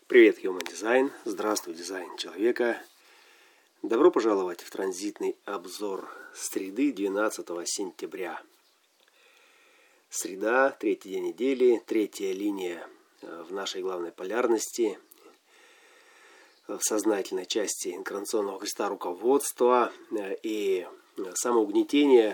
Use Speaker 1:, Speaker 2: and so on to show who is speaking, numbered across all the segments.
Speaker 1: Привет, Human Design. Здравствуй, дизайн человека. Добро пожаловать в транзитный обзор среды 12 сентября. Среда, третий день недели, третья линия в нашей главной полярности, в сознательной части инкарнационного креста руководства и самоугнетение.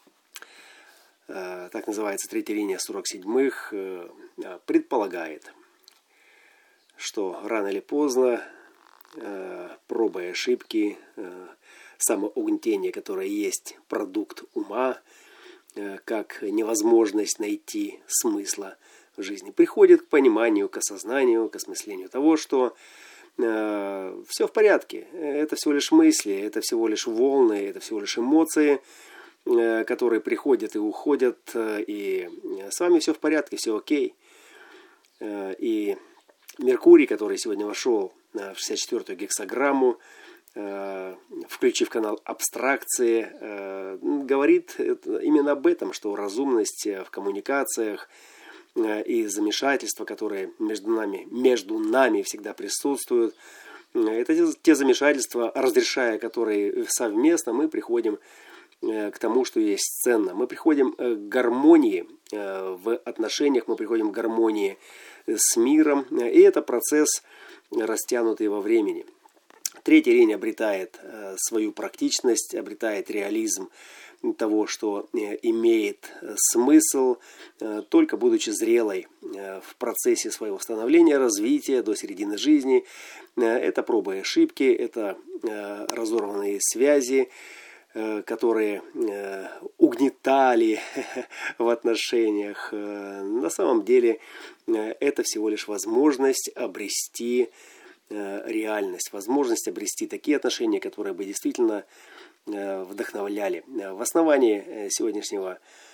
Speaker 1: Так называется третья линия 47-х, предполагает, что рано или поздно пробы и ошибки, самоугнетение, которое есть продукт ума, как невозможность найти смысла в жизни, приходит к пониманию, к осознанию, к осмыслению того, что все в порядке. Это всего лишь мысли, это всего лишь волны, это всего лишь эмоции, которые приходят и уходят, и с вами все в порядке, все окей. И Меркурий, который сегодня вошел в 64-ю гексаграмму, включив канал абстракции, говорит именно об этом, что разумность в коммуникациях и замешательства, которые между нами всегда присутствуют, это те замешательства, разрешая которые совместно, мы приходим к тому, что есть ценно. Мы приходим к гармонии в отношениях, мы приходим к гармонии с миром, и это процесс, растянутый во времени. Третья линия обретает свою практичность, обретает реализм того, что имеет смысл, только будучи зрелой в процессе своего становления, развития до середины жизни. Это пробы и ошибки, это разорванные связи, которые угнетали в отношениях. На самом деле это всего лишь возможность обрести реальность, возможность обрести такие отношения, которые бы действительно вдохновляли. В основании сегодняшнего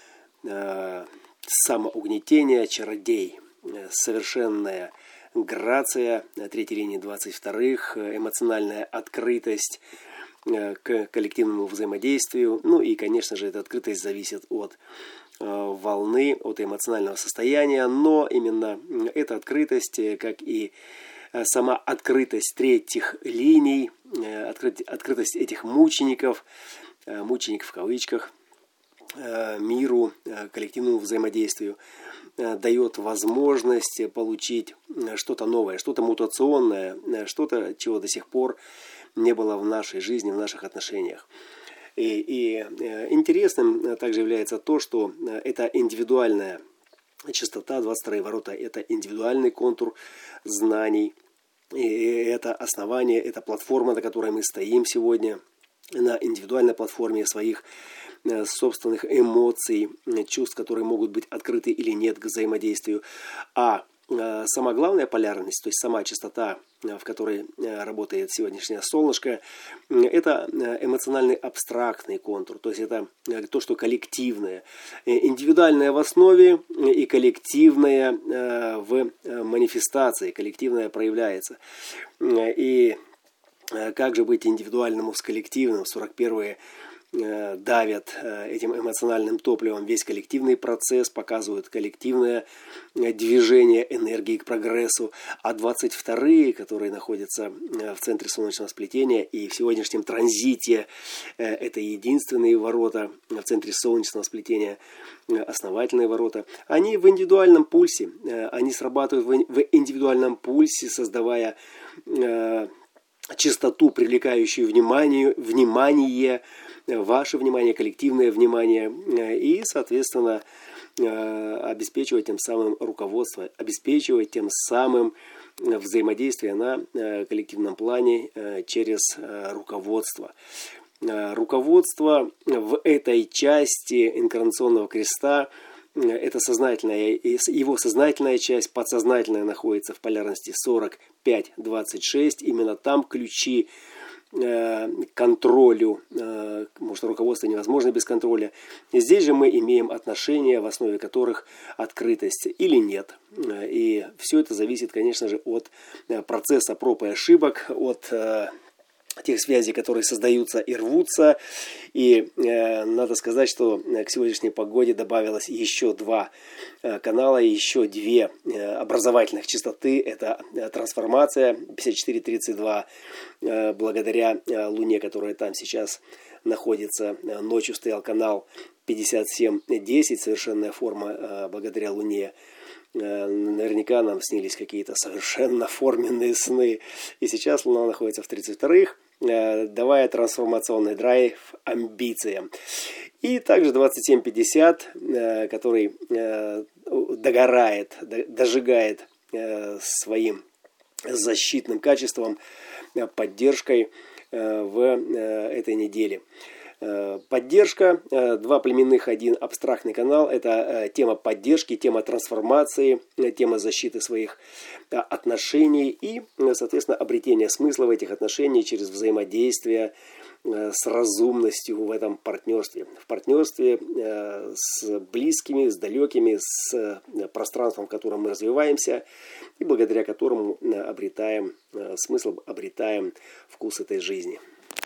Speaker 1: самоугнетения чародей, совершенная грация, третьей линии 22-х, эмоциональная открытость к коллективному взаимодействию. Ну и, конечно же, эта открытость зависит от волны, от эмоционального состояния, но именно эта открытость, как и сама открытость третьих линий, открытость этих мучеников в кавычках, миру, коллективному взаимодействию, дает возможность получить что-то новое, что-то мутационное, что-то, чего до сих пор не было в нашей жизни, в наших отношениях. И интересным также является то, что это индивидуальная частота, 22 ворота, это индивидуальный контур знаний, и это основание, это платформа, на которой мы стоим сегодня, на индивидуальной платформе своих собственных эмоций, чувств, которые могут быть открыты или нет к взаимодействию. А сама главная полярность, то есть сама частота, в которой работает сегодняшнее солнышко, это эмоциональный абстрактный контур, то есть это то, что коллективное, индивидуальное в основе и коллективное в манифестации, коллективное проявляется. И как же быть индивидуальному с коллективным? 41-е давят этим эмоциональным топливом весь коллективный процесс, показывают коллективное движение энергии к прогрессу, а 22-е, которые находятся в центре солнечного сплетения и в сегодняшнем транзите, это единственные ворота в центре солнечного сплетения, основательные ворота, они в индивидуальном пульсе, они срабатывают в индивидуальном пульсе, создавая частоту, привлекающую внимание, ваше внимание, коллективное внимание, и, соответственно, обеспечивать тем самым руководство, обеспечивать тем самым взаимодействие на коллективном плане через руководство. Руководство в этой части инкарнационного креста, это сознательная, его сознательная часть, подсознательная, находится в полярности 45-26. Именно там ключи к контролю, потому что руководство невозможно без контроля. И здесь же мы имеем отношения, в основе которых открытость или нет. И все это зависит, конечно же, от процесса проб и ошибок, от тех связей, которые создаются и рвутся. И надо сказать, что к сегодняшней погоде добавилось еще 2 канала, еще 2 образовательных частоты. Это трансформация 5432, благодаря Луне, которая там сейчас находится. Ночью стоял канал 5710, совершенная форма, благодаря Луне. Наверняка нам снились какие-то совершенно форменные сны. И сейчас Луна находится в 32-х, давая трансформационный драйв амбициям. И также 2750, который дожигает своим защитным качеством, поддержкой в этой неделе. Поддержка, 2 племенных, 1 абстрактный канал. Это тема поддержки, тема трансформации, тема защиты своих отношений и, соответственно, обретения смысла в этих отношениях через взаимодействие с разумностью в этом партнерстве. В партнерстве с близкими, с далекими, с пространством, в котором мы развиваемся и благодаря которому обретаем смысл, обретаем вкус этой жизни.